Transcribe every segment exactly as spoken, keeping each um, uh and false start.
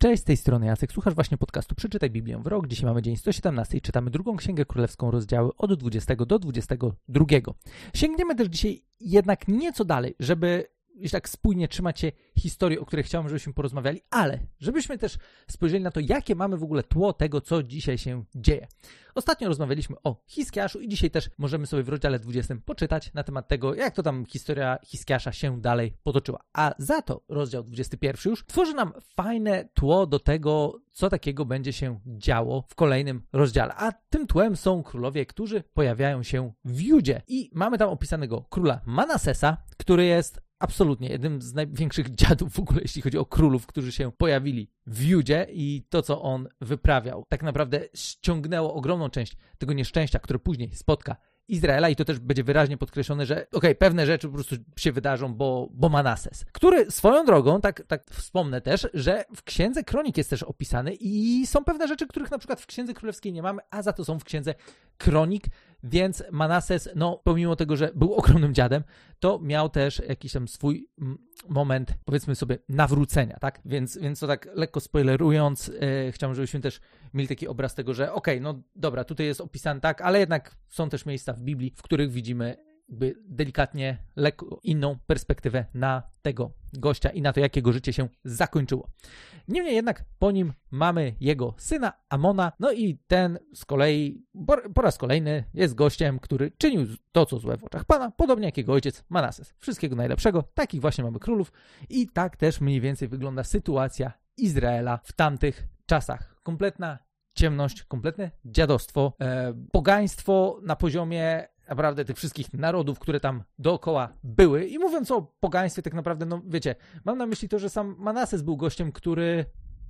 Cześć, z tej strony Jacek, słuchasz właśnie podcastu Przeczytaj Biblię w rok. Dzisiaj mamy dzień sto siedemnasty i czytamy drugą Księgę Królewską, rozdziały od dwudziestego do dwudziestego drugiego. Sięgniemy też dzisiaj jednak nieco dalej, żeby już tak spójnie trzymać się historii, o której chciałbym, żebyśmy porozmawiali, ale żebyśmy też spojrzeli na to, jakie mamy w ogóle tło tego, co dzisiaj się dzieje. Ostatnio rozmawialiśmy o Hiskiaszu i dzisiaj też możemy sobie w rozdziale dwudziestym poczytać na temat tego, jak to tam historia Hiskiasza się dalej potoczyła. A za to rozdział dwudziesty pierwszy już tworzy nam fajne tło do tego, co takiego będzie się działo w kolejnym rozdziale. A tym tłem są królowie, którzy pojawiają się w Judzie. I mamy tam opisanego króla Manasesa, który jest absolutnie jednym z największych dziadów w ogóle, jeśli chodzi o królów, którzy się pojawili w Judzie i to, co on wyprawiał. Tak naprawdę ściągnęło ogromną część tego nieszczęścia, które później spotka Izraela i to też będzie wyraźnie podkreślone, że okej, okay, pewne rzeczy po prostu się wydarzą, bo, bo Manases, który swoją drogą, tak, tak wspomnę też, że w Księdze Kronik jest też opisany i są pewne rzeczy, których na przykład w Księdze Królewskiej nie mamy, a za to są w Księdze Kronik, więc Manases, no pomimo tego, że był ogromnym dziadem, to miał też jakiś tam swój moment, powiedzmy sobie, nawrócenia, tak? Więc, więc to tak lekko spoilerując, yy, chciałbym, żebyśmy też mieli taki obraz tego, że okej, okay, no dobra, tutaj jest opisane tak, ale jednak są też miejsca w Biblii, w których widzimy jakby delikatnie, lekko inną perspektywę na tego gościa i na to, jak jego życie się zakończyło. Niemniej jednak po nim mamy jego syna Amona, no i ten z kolei po raz kolejny jest gościem, który czynił to, co złe w oczach Pana, podobnie jak jego ojciec Manases. Wszystkiego najlepszego, takich właśnie mamy królów i tak też mniej więcej wygląda sytuacja Izraela w tamtych czasach. Kompletna ciemność, kompletne dziadostwo, e, pogaństwo na poziomie naprawdę tych wszystkich narodów, które tam dookoła były. I mówiąc o pogaństwie, tak naprawdę, no wiecie, mam na myśli to, że sam Manases był gościem, który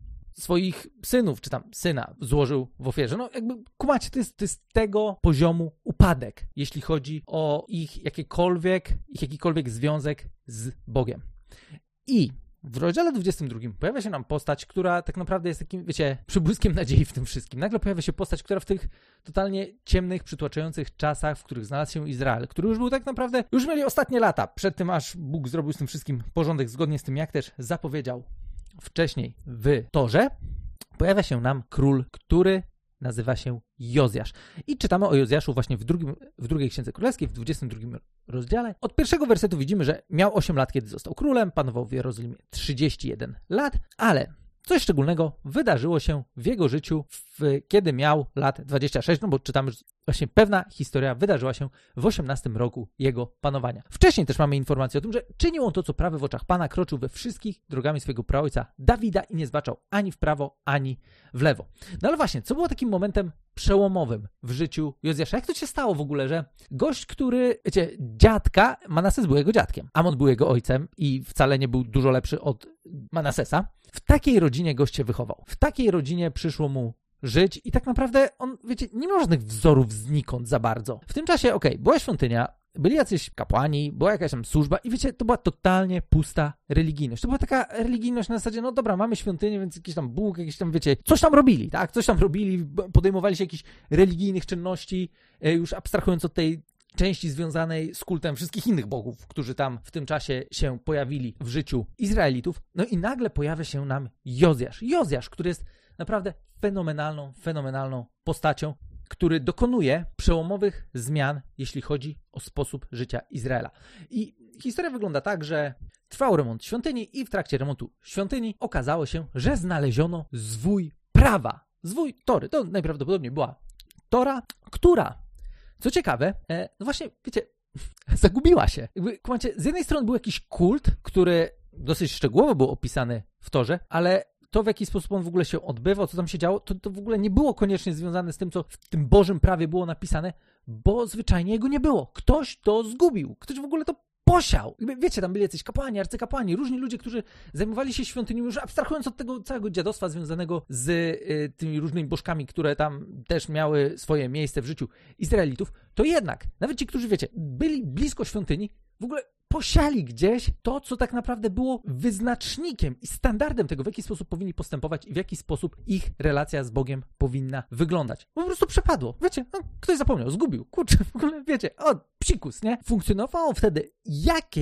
swoich synów, czy tam syna złożył w ofierze. No jakby, kumacie, to jest, to jest tego poziomu upadek, jeśli chodzi o ich jakiekolwiek, ich jakikolwiek związek z Bogiem. I w rozdziale dwudziestym drugim pojawia się nam postać, która tak naprawdę jest takim, wiecie, przybłyskiem nadziei w tym wszystkim. Nagle pojawia się postać, która w tych totalnie ciemnych, przytłaczających czasach, w których znalazł się Izrael, który już był tak naprawdę, już mieli ostatnie lata, przed tym aż Bóg zrobił z tym wszystkim porządek, zgodnie z tym, jak też zapowiedział wcześniej w Torze, pojawia się nam król, który nazywa się Jozjasz. I czytamy o Jozjaszu właśnie w, drugim, w drugiej Księdze Królewskiej, w dwudziestym drugim rozdziale. Od pierwszego wersetu widzimy, że miał osiem lat, kiedy został królem, panował w Jerozolimie trzydzieści jeden lat, ale coś szczególnego wydarzyło się w jego życiu, w, kiedy miał lat dwadzieścia sześć, no bo czytamy, że właśnie pewna historia wydarzyła się w osiemnastym roku jego panowania. Wcześniej też mamy informację o tym, że czynił on to, co prawe w oczach Pana, kroczył we wszystkich drogami swojego praojca Dawida i nie zbaczał ani w prawo, ani w lewo. No ale właśnie, co było takim momentem przełomowym w życiu Jozjasza? Jak to się stało w ogóle, że gość, który, wiecie, dziadka, Manases był jego dziadkiem, Amon był jego ojcem i wcale nie był dużo lepszy od Manasesa. W takiej rodzinie gość się wychował. W takiej rodzinie przyszło mu żyć i tak naprawdę on, wiecie, nie miał żadnych wzorów znikąd za bardzo. W tym czasie, okej, okay, była świątynia, byli jacyś kapłani, była jakaś tam służba i wiecie, to była totalnie pusta religijność. To była taka religijność na zasadzie, no dobra, mamy świątynię, więc jakiś tam Bóg, jakiś tam, wiecie, coś tam robili, tak? Coś tam robili, podejmowali się jakichś religijnych czynności, już abstrahując od tej części związanej z kultem wszystkich innych bogów, którzy tam w tym czasie się pojawili w życiu Izraelitów. No i nagle pojawia się nam Jozjasz. Jozjasz, który jest naprawdę fenomenalną, fenomenalną postacią, który dokonuje przełomowych zmian, jeśli chodzi o sposób życia Izraela. I historia wygląda tak, że trwał remont świątyni i w trakcie remontu świątyni okazało się, że znaleziono zwój prawa, zwój Tory. To najprawdopodobniej była Tora, która, co ciekawe, e, no właśnie, wiecie, zagubiła się. Jakby, kumacie, z jednej strony był jakiś kult, który dosyć szczegółowo był opisany w Torze, ale to, w jaki sposób on w ogóle się odbywał, co tam się działo, to, to w ogóle nie było koniecznie związane z tym, co w tym Bożym prawie było napisane, bo zwyczajnie jego nie było. Ktoś to zgubił. Ktoś w ogóle to posiał. Wiecie, tam byli jacyś kapłani, arcykapłani, różni ludzie, którzy zajmowali się świątynią, już abstrahując od tego całego dziadostwa związanego z y, tymi różnymi bożkami, które tam też miały swoje miejsce w życiu Izraelitów, to jednak, nawet ci, którzy, wiecie, byli blisko świątyni, w ogóle posiali gdzieś to, co tak naprawdę było wyznacznikiem i standardem tego, w jaki sposób powinni postępować i w jaki sposób ich relacja z Bogiem powinna wyglądać. Po prostu przepadło. Wiecie, no, ktoś zapomniał, zgubił. Kurczę, w ogóle, wiecie, o, psikus, nie? Funkcjonowało wtedy jakieś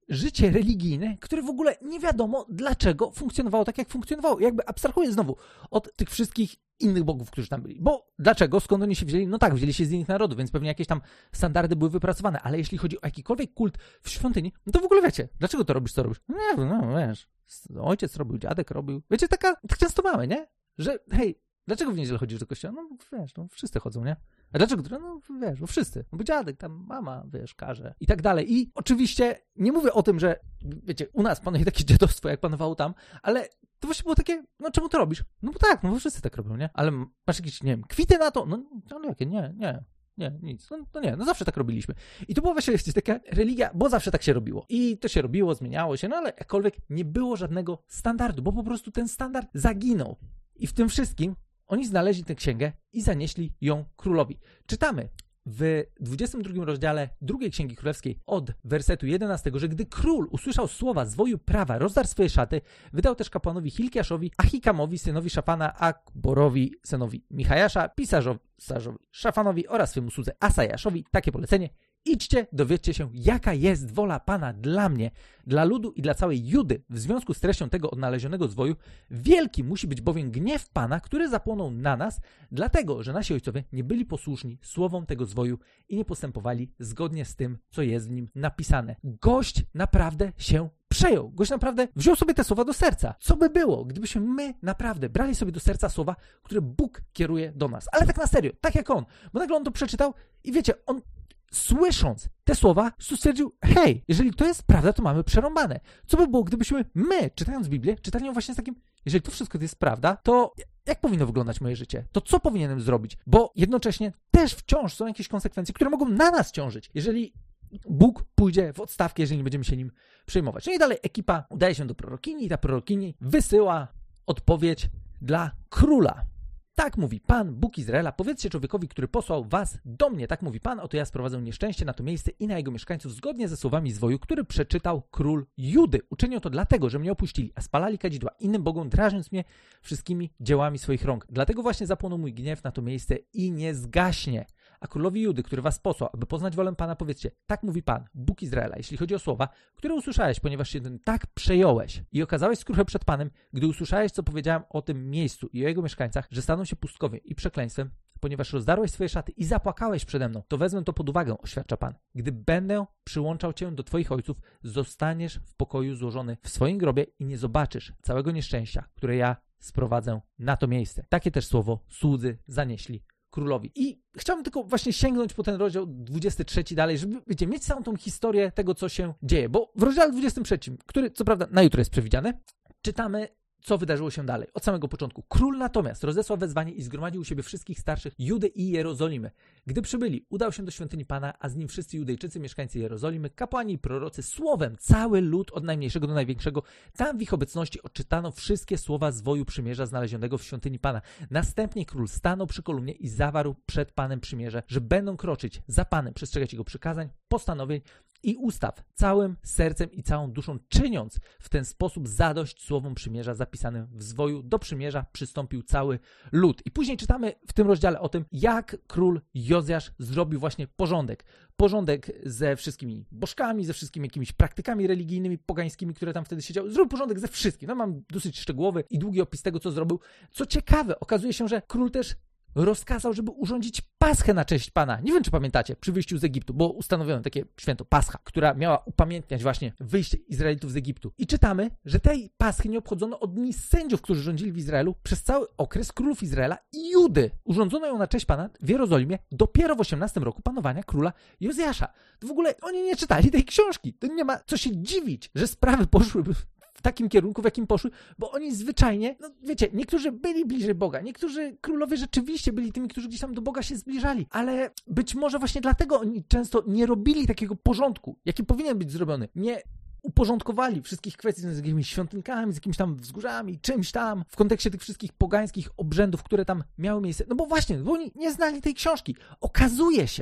życie religijne, które w ogóle nie wiadomo dlaczego funkcjonowało tak, jak funkcjonowało. Jakby abstrahuję znowu od tych wszystkich innych bogów, którzy tam byli. Bo dlaczego? Skąd oni się wzięli? No tak, wzięli się z innych narodów, więc pewnie jakieś tam standardy były wypracowane, ale jeśli chodzi o jakikolwiek kult w świątyni, no to w ogóle wiecie, dlaczego to robisz, co robisz? No nie wiem, no wiesz, ojciec robił, dziadek robił. Wiecie, taka, tak często mamy, nie? Że hej, dlaczego w niedzielę chodzisz do kościoła? No wiesz, no wszyscy chodzą, nie? A dlaczego? No wiesz, bo wszyscy. No bo dziadek, tam mama, wiesz, każe i tak dalej. I oczywiście nie mówię o tym, że wiecie, u nas panuje takie dziadostwo, jak panowało tam, ale to właśnie było takie, no czemu to robisz? No bo tak, no bo wszyscy tak robią, nie? Ale masz jakieś, nie wiem, kwity na to? No, no jakie? Nie, nie. Nie, nic. No, no nie, no zawsze tak robiliśmy. I to była właśnie taka religia, bo zawsze tak się robiło. I to się robiło, zmieniało się, no ale jakkolwiek nie było żadnego standardu, bo po prostu ten standard zaginął. I w tym wszystkim oni znaleźli tę księgę i zanieśli ją królowi. Czytamy w dwudziestym drugim rozdziale drugiej Księgi Królewskiej od wersetu jedenastego, że gdy król usłyszał słowa zwoju prawa, rozdarł swoje szaty, wydał też kapłanowi Hilkiaszowi, Achikamowi, synowi Szafana, Akborowi, synowi Michajasza, pisarzowi Szafanowi oraz swemu słudze Asajaszowi takie polecenie: idźcie, dowiedzcie się, jaka jest wola Pana dla mnie, dla ludu i dla całej Judy w związku z treścią tego odnalezionego zwoju. Wielki musi być bowiem gniew Pana, który zapłonął na nas, dlatego, że nasi ojcowie nie byli posłuszni słowom tego zwoju i nie postępowali zgodnie z tym, co jest w nim napisane. Gość naprawdę się przejął. Gość naprawdę wziął sobie te słowa do serca. Co by było, gdybyśmy my naprawdę brali sobie do serca słowa, które Bóg kieruje do nas. Ale tak na serio, tak jak on. Bo nagle on to przeczytał i wiecie, on słysząc te słowa, stwierdził, hej, jeżeli to jest prawda, to mamy przerąbane. Co by było, gdybyśmy my, czytając Biblię, czytali ją właśnie z takim, jeżeli to wszystko to jest prawda, to jak powinno wyglądać moje życie? To co powinienem zrobić? Bo jednocześnie też wciąż są jakieś konsekwencje, które mogą na nas ciążyć, jeżeli Bóg pójdzie w odstawkę, jeżeli nie będziemy się nim przejmować. No i dalej ekipa udaje się do prorokini i ta prorokini wysyła odpowiedź dla króla. Tak mówi Pan, Bóg Izraela, powiedzcie człowiekowi, który posłał was do mnie. Tak mówi Pan, oto ja sprowadzę nieszczęście na to miejsce i na jego mieszkańców zgodnie ze słowami zwoju, który przeczytał król Judy. Uczynią to dlatego, że mnie opuścili, a spalali kadzidła innym bogom, drażniąc mnie wszystkimi dziełami swoich rąk. Dlatego właśnie zapłonął mój gniew na to miejsce i nie zgaśnie. A królowi Judy, który was posłał, aby poznać wolę Pana, powiedzcie, tak mówi Pan, Bóg Izraela, jeśli chodzi o słowa, które usłyszałeś, ponieważ się tym tak przejąłeś i okazałeś skruchę przed Panem, gdy usłyszałeś, co powiedziałem o tym miejscu i o jego mieszkańcach, że staną się pustkowie i przekleństwem, ponieważ rozdarłeś swoje szaty i zapłakałeś przede mną, to wezmę to pod uwagę, oświadcza Pan. Gdy będę przyłączał cię do twoich ojców, zostaniesz w pokoju złożony w swoim grobie i nie zobaczysz całego nieszczęścia, które ja sprowadzę na to miejsce. Takie też słowo słudzy zanieśli królowi. I chciałbym tylko właśnie sięgnąć po ten rozdział dwudziesty trzeci dalej, żeby, wiecie, mieć całą tą historię tego, co się dzieje. Bo w rozdziale dwudziestym trzecim, który co prawda na jutro jest przewidziany, czytamy, co wydarzyło się dalej. Od samego początku. Król natomiast rozesłał wezwanie i zgromadził u siebie wszystkich starszych Judy i Jerozolimy. Gdy przybyli, udał się do świątyni Pana, a z nim wszyscy Judejczycy, mieszkańcy Jerozolimy, kapłani i prorocy, słowem cały lud od najmniejszego do największego. Tam w ich obecności odczytano wszystkie słowa zwoju przymierza znalezionego w świątyni Pana. Następnie król stanął przy kolumnie i zawarł przed Panem przymierze, że będą kroczyć za Panem, przestrzegać jego przykazań, postanowień i ustaw całym sercem i całą duszą, czyniąc w ten sposób zadość słowom przymierza zapisanym w zwoju. Do przymierza przystąpił cały lud. I później czytamy w tym rozdziale o tym, jak król Jozjasz zrobił właśnie porządek. Porządek ze wszystkimi bożkami, ze wszystkimi jakimiś praktykami religijnymi, pogańskimi, które tam wtedy się działy. Zrobił porządek ze wszystkim. No mam dosyć szczegółowy i długi opis tego, co zrobił. Co ciekawe, okazuje się, że król też rozkazał, żeby urządzić Paschę na cześć Pana. Nie wiem, czy pamiętacie, przy wyjściu z Egiptu, bo ustanowiono takie święto Pascha, która miała upamiętniać właśnie wyjście Izraelitów z Egiptu. I czytamy, że tej Paschy nie obchodzono od dni sędziów, którzy rządzili w Izraelu przez cały okres królów Izraela i Judy. Urządzono ją na cześć Pana w Jerozolimie dopiero w osiemnastym roku panowania króla Jozjasza. To w ogóle oni nie czytali tej książki. To nie ma co się dziwić, że sprawy poszłyby w takim kierunku, w jakim poszły, bo oni zwyczajnie, no wiecie, niektórzy byli bliżej Boga, niektórzy królowie rzeczywiście byli tymi, którzy gdzieś tam do Boga się zbliżali, ale być może właśnie dlatego oni często nie robili takiego porządku, jaki powinien być zrobiony. Nie uporządkowali wszystkich kwestii z jakimiś świątynkami, z jakimiś tam wzgórzami, czymś tam, w kontekście tych wszystkich pogańskich obrzędów, które tam miały miejsce. No bo właśnie, bo oni nie znali tej książki. Okazuje się,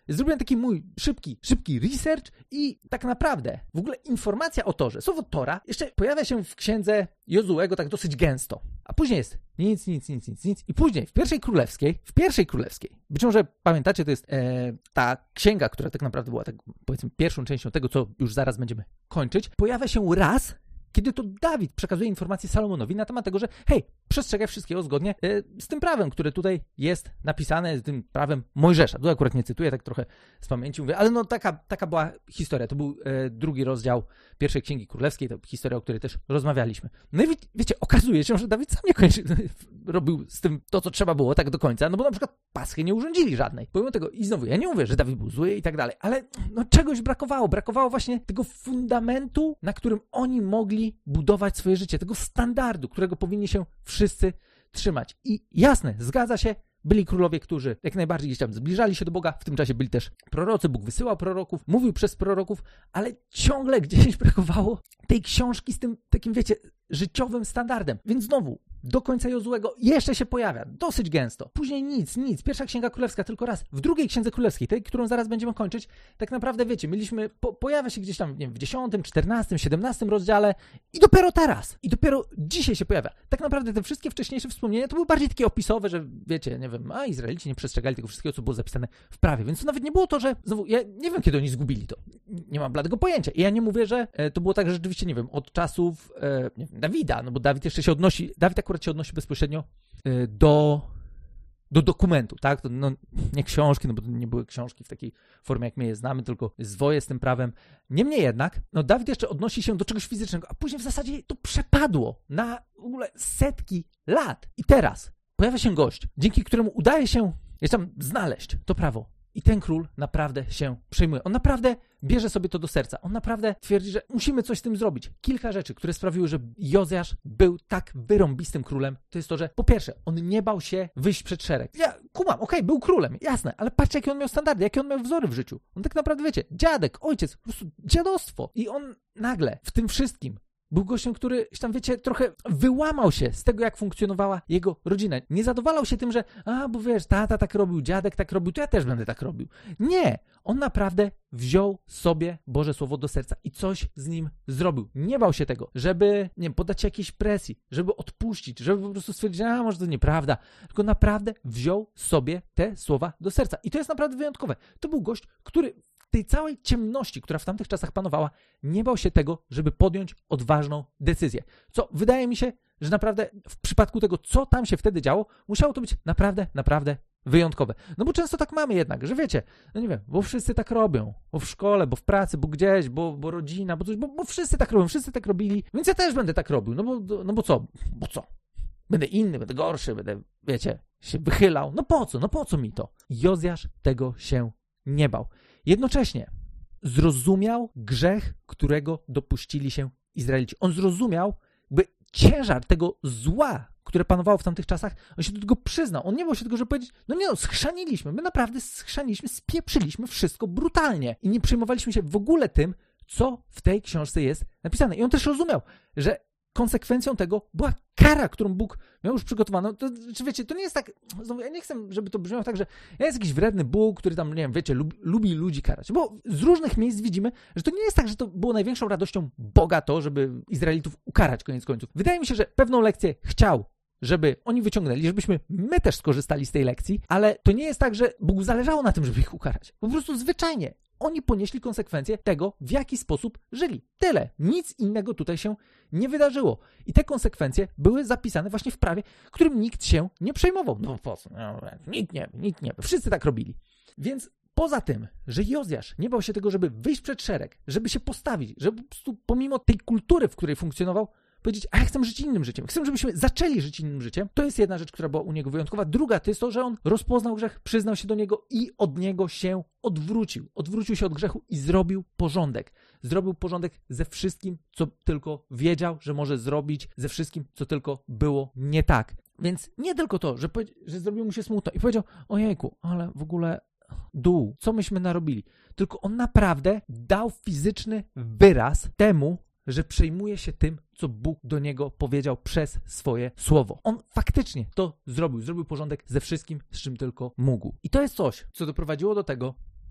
zrobiłem taki mój szybki, szybki research i tak naprawdę w ogóle informacja o Torze, słowo Tora jeszcze pojawia się w księdze Jozułego tak dosyć gęsto. A później jest nic, nic, nic, nic, nic. I później w pierwszej królewskiej, w pierwszej królewskiej, być może pamiętacie, to jest e, ta księga, która tak naprawdę była tak, powiedzmy pierwszą częścią tego, co już zaraz będziemy kończyć, pojawia się raz, kiedy to Dawid przekazuje informację Salomonowi na temat tego, że hej, przestrzegaj wszystkiego zgodnie e, z tym prawem, które tutaj jest napisane, z tym prawem Mojżesza. Tu akurat nie cytuję, tak trochę z pamięci mówię, ale no taka, taka była historia. To był e, drugi rozdział pierwszej Księgi Królewskiej, to historia, o której też rozmawialiśmy. No i wie, wiecie, okazuje się, że Dawid sam nie kończy, robił z tym to, co trzeba było tak do końca, no bo na przykład Paschy nie urządzili żadnej. Pomimo tego, i znowu, ja nie mówię, że Dawid był zły i tak dalej, ale no czegoś brakowało. Brakowało właśnie tego fundamentu, na którym oni mogli budować swoje życie, tego standardu, którego powinni się wszyscy trzymać. I jasne, zgadza się, byli królowie, którzy jak najbardziej gdzieś tam zbliżali się do Boga, w tym czasie byli też prorocy, Bóg wysyłał proroków, mówił przez proroków, ale ciągle gdzieś brakowało tej książki z tym takim, wiecie, życiowym standardem. Więc znowu, do końca Jozułego jeszcze się pojawia, dosyć gęsto. Później nic, nic. Pierwsza Księga Królewska tylko raz. W drugiej Księdze Królewskiej, tej, którą zaraz będziemy kończyć, tak naprawdę, wiecie, mieliśmy, po, pojawia się gdzieś tam, nie wiem, w dziesiątym, czternastym, siedemnastym rozdziale i dopiero teraz, i dopiero dzisiaj się pojawia. Tak naprawdę te wszystkie wcześniejsze wspomnienia to były bardziej takie opisowe, że wiecie, nie wiem, a Izraelici nie przestrzegali tego wszystkiego, co było zapisane w prawie. Więc to nawet nie było to, że, znowu, ja nie wiem, kiedy oni zgubili to. Nie mam bladego pojęcia. I ja nie mówię, że e, to było tak, że rzeczywiście, nie wiem, od czasów e, nie wiem, Dawida, no bo Dawid jeszcze się odnosi, Dawid akurat się odnosi bezpośrednio e, do, do dokumentu, tak? To, no, nie książki, no bo to nie były książki w takiej formie, jak my je znamy, tylko zwoje z tym prawem. Niemniej jednak, no Dawid jeszcze odnosi się do czegoś fizycznego, a później w zasadzie to przepadło na w ogóle setki lat. I teraz pojawia się gość, dzięki któremu udaje się jest tam znaleźć to prawo. I ten król naprawdę się przejmuje. On naprawdę bierze sobie to do serca. On naprawdę twierdzi, że musimy coś z tym zrobić. Kilka rzeczy, które sprawiły, że Jozjasz był tak wyrąbistym królem, to jest to, że po pierwsze, on nie bał się wyjść przed szereg. Ja kumam, okej, okay, był królem, jasne, ale patrzcie, jakie on miał standardy, jakie on miał wzory w życiu. On tak naprawdę, wiecie, dziadek, ojciec, po prostu dziadostwo. I on nagle w tym wszystkim był gościem, który tam, wiecie, trochę wyłamał się z tego, jak funkcjonowała jego rodzina. Nie zadowalał się tym, że a, bo wiesz, tata tak robił, dziadek tak robił, to ja też będę tak robił. Nie! On naprawdę wziął sobie Boże Słowo do serca i coś z nim zrobił. Nie bał się tego, żeby, nie wiem, poddać się jakiejś presji, żeby odpuścić, żeby po prostu stwierdzić, a może to nieprawda, tylko naprawdę wziął sobie te słowa do serca. I to jest naprawdę wyjątkowe. To był gość, który w tej całej ciemności, która w tamtych czasach panowała, nie bał się tego, żeby podjąć odważną decyzję. Co wydaje mi się, że naprawdę w przypadku tego, co tam się wtedy działo, musiało to być naprawdę, naprawdę wyjątkowe. No bo często tak mamy jednak, że wiecie, no nie wiem, bo wszyscy tak robią, bo w szkole, bo w pracy, bo gdzieś, bo, bo rodzina, bo coś, bo, bo wszyscy tak robią, wszyscy tak robili, więc ja też będę tak robił, no bo, no bo co, bo co? Będę inny, będę gorszy, będę, wiecie, się wychylał. No po co? No po co mi to? Jozjasz tego się nie bał. Jednocześnie zrozumiał grzech, którego dopuścili się Izraelici. On zrozumiał jakby ciężar tego zła, które panowało w tamtych czasach. On się do tego przyznał. On nie bał się tego, żeby powiedzieć, no nie no, schrzaniliśmy. My naprawdę schrzaniliśmy, spieprzyliśmy wszystko brutalnie. I nie przejmowaliśmy się w ogóle tym, co w tej książce jest napisane. I on też rozumiał, że konsekwencją tego była kara, którą Bóg miał już przygotowaną. To, czy wiecie, to nie jest tak, znowu, ja nie chcę, żeby to brzmiało tak, że ja jest jakiś wredny Bóg, który tam, nie wiem, wiecie, lubi, lubi ludzi karać. Bo z różnych miejsc widzimy, że to nie jest tak, że to było największą radością Boga to, żeby Izraelitów ukarać koniec końców. Wydaje mi się, że pewną lekcję chciał, żeby oni wyciągnęli, żebyśmy my też skorzystali z tej lekcji, ale to nie jest tak, że Bogu zależało na tym, żeby ich ukarać. Po prostu zwyczajnie. Oni ponieśli konsekwencje tego, w jaki sposób żyli. Tyle. Nic innego tutaj się nie wydarzyło. I te konsekwencje były zapisane właśnie w prawie, którym nikt się nie przejmował. No po co? No, nikt nie, nikt nie. Wszyscy tak robili. Więc poza tym, że Jozjasz nie bał się tego, żeby wyjść przed szereg, żeby się postawić, żeby po prostu pomimo tej kultury, w której funkcjonował, powiedzieć, a ja chcę żyć innym życiem. Chcę, żebyśmy zaczęli żyć innym życiem. To jest jedna rzecz, która była u niego wyjątkowa. Druga to jest to, że on rozpoznał grzech, przyznał się do niego i od niego się odwrócił. Odwrócił się od grzechu i zrobił porządek. Zrobił porządek ze wszystkim, co tylko wiedział, że może zrobić, ze wszystkim, co tylko było nie tak. Więc nie tylko to, że, że zrobiło mu się smutno i powiedział, ojejku, ale w ogóle dół, co myśmy narobili. Tylko on naprawdę dał fizyczny wyraz temu, że przejmuje się tym, co Bóg do niego powiedział przez swoje słowo. On faktycznie to zrobił. Zrobił porządek ze wszystkim, z czym tylko mógł. I to jest coś, co doprowadziło do tego,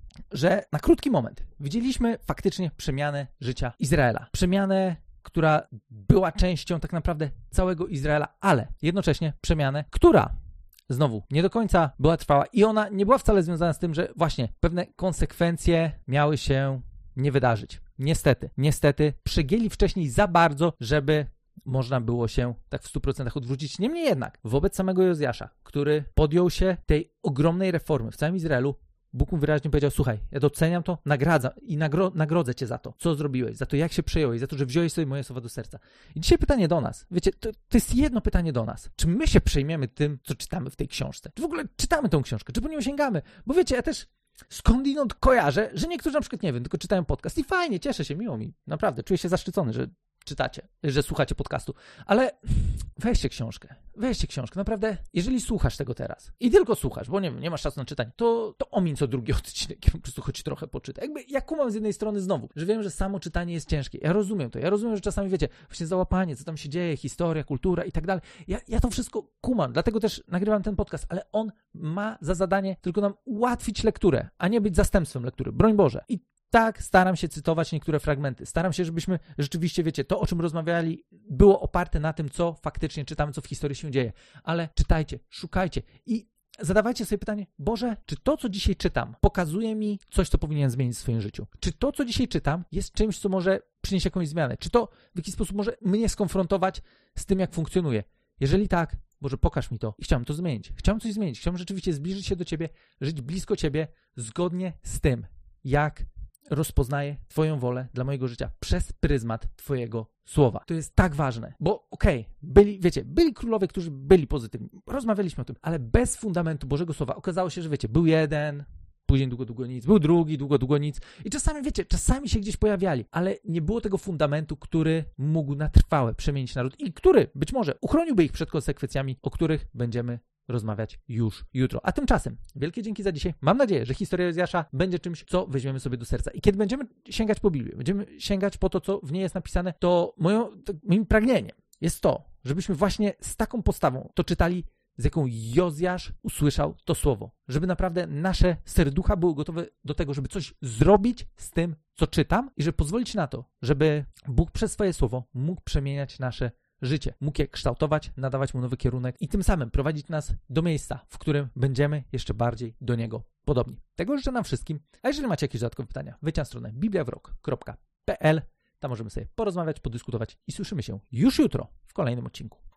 że na krótki moment widzieliśmy faktycznie przemianę życia Izraela. Przemianę, która była częścią tak naprawdę całego Izraela, ale jednocześnie przemianę, która znowu nie do końca była trwała i ona nie była wcale związana z tym, że właśnie pewne konsekwencje miały się nie wydarzyć. Niestety, niestety przegięli wcześniej za bardzo, żeby można było się tak w stu procentach odwrócić. Niemniej jednak, wobec samego Jozjasza, który podjął się tej ogromnej reformy w całym Izraelu, Bóg mu wyraźnie powiedział: słuchaj, ja doceniam to, nagradzam i nagro, nagrodzę cię za to, co zrobiłeś, za to, jak się przejąłeś, za to, że wziąłeś sobie moje słowa do serca. I dzisiaj pytanie do nas. Wiecie, to, to jest jedno pytanie do nas. Czy my się przejmiemy tym, co czytamy w tej książce? Czy w ogóle czytamy tą książkę? Czy po nią sięgamy? Bo wiecie, ja też skądinąd kojarzę, że niektórzy na przykład, nie wiem, tylko czytają podcast i fajnie, cieszę się, miło mi. Naprawdę, czuję się zaszczycony, że czytacie, że słuchacie podcastu, ale weźcie książkę, weźcie książkę, naprawdę, jeżeli słuchasz tego teraz i tylko słuchasz, bo nie wiem, nie masz czasu na czytanie, to, to omiń co drugi odcinek, po prostu choć trochę poczytaj. Jakby ja kumam z jednej strony znowu, że wiem, że samo czytanie jest ciężkie, ja rozumiem to, ja rozumiem, że czasami wiecie, właśnie załapanie, co tam się dzieje, historia, kultura i tak dalej, ja, ja to wszystko kumam, dlatego też nagrywam ten podcast, ale on ma za zadanie tylko nam ułatwić lekturę, a nie być zastępstwem lektury, broń Boże. I tak, staram się cytować niektóre fragmenty. Staram się, żebyśmy rzeczywiście, wiecie, to, o czym rozmawiali, było oparte na tym, co faktycznie czytamy, co w historii się dzieje. Ale czytajcie, szukajcie i zadawajcie sobie pytanie: Boże, czy to, co dzisiaj czytam, pokazuje mi coś, co powinienem zmienić w swoim życiu? Czy to, co dzisiaj czytam, jest czymś, co może przynieść jakąś zmianę? Czy to w jakiś sposób może mnie skonfrontować z tym, jak funkcjonuje? Jeżeli tak, Boże, pokaż mi to. I chciałem to zmienić. Chciałem coś zmienić. Chciałem rzeczywiście zbliżyć się do Ciebie, żyć blisko Ciebie, zgodnie z tym, jak rozpoznaję Twoją wolę dla mojego życia przez pryzmat Twojego słowa. To jest tak ważne, bo okej, okay, byli, wiecie, byli królowie, którzy byli pozytywni. Rozmawialiśmy o tym, ale bez fundamentu Bożego Słowa okazało się, że wiecie, był jeden, później długo, długo nic, był drugi, długo, długo nic i czasami, wiecie, czasami się gdzieś pojawiali, ale nie było tego fundamentu, który mógł na trwałe przemienić naród i który być może uchroniłby ich przed konsekwencjami, o których będziemy rozmawiać już jutro. A tymczasem wielkie dzięki za dzisiaj. Mam nadzieję, że historia Jozjasza będzie czymś, co weźmiemy sobie do serca. I kiedy będziemy sięgać po Biblię, będziemy sięgać po to, co w niej jest napisane, to moją, to moim pragnieniem jest to, żebyśmy właśnie z taką postawą to czytali, z jaką Jozjasz usłyszał to słowo. Żeby naprawdę nasze serducha były gotowe do tego, żeby coś zrobić z tym, co czytam i żeby pozwolić na to, żeby Bóg przez swoje słowo mógł przemieniać nasze życie, mógł je kształtować, nadawać mu nowy kierunek i tym samym prowadzić nas do miejsca, w którym będziemy jeszcze bardziej do niego podobni. Tego życzę nam wszystkim, a jeżeli macie jakieś dodatkowe pytania, wejdźcie na stronę biblia w rok kropka p l, tam możemy sobie porozmawiać, podyskutować i słyszymy się już jutro w kolejnym odcinku.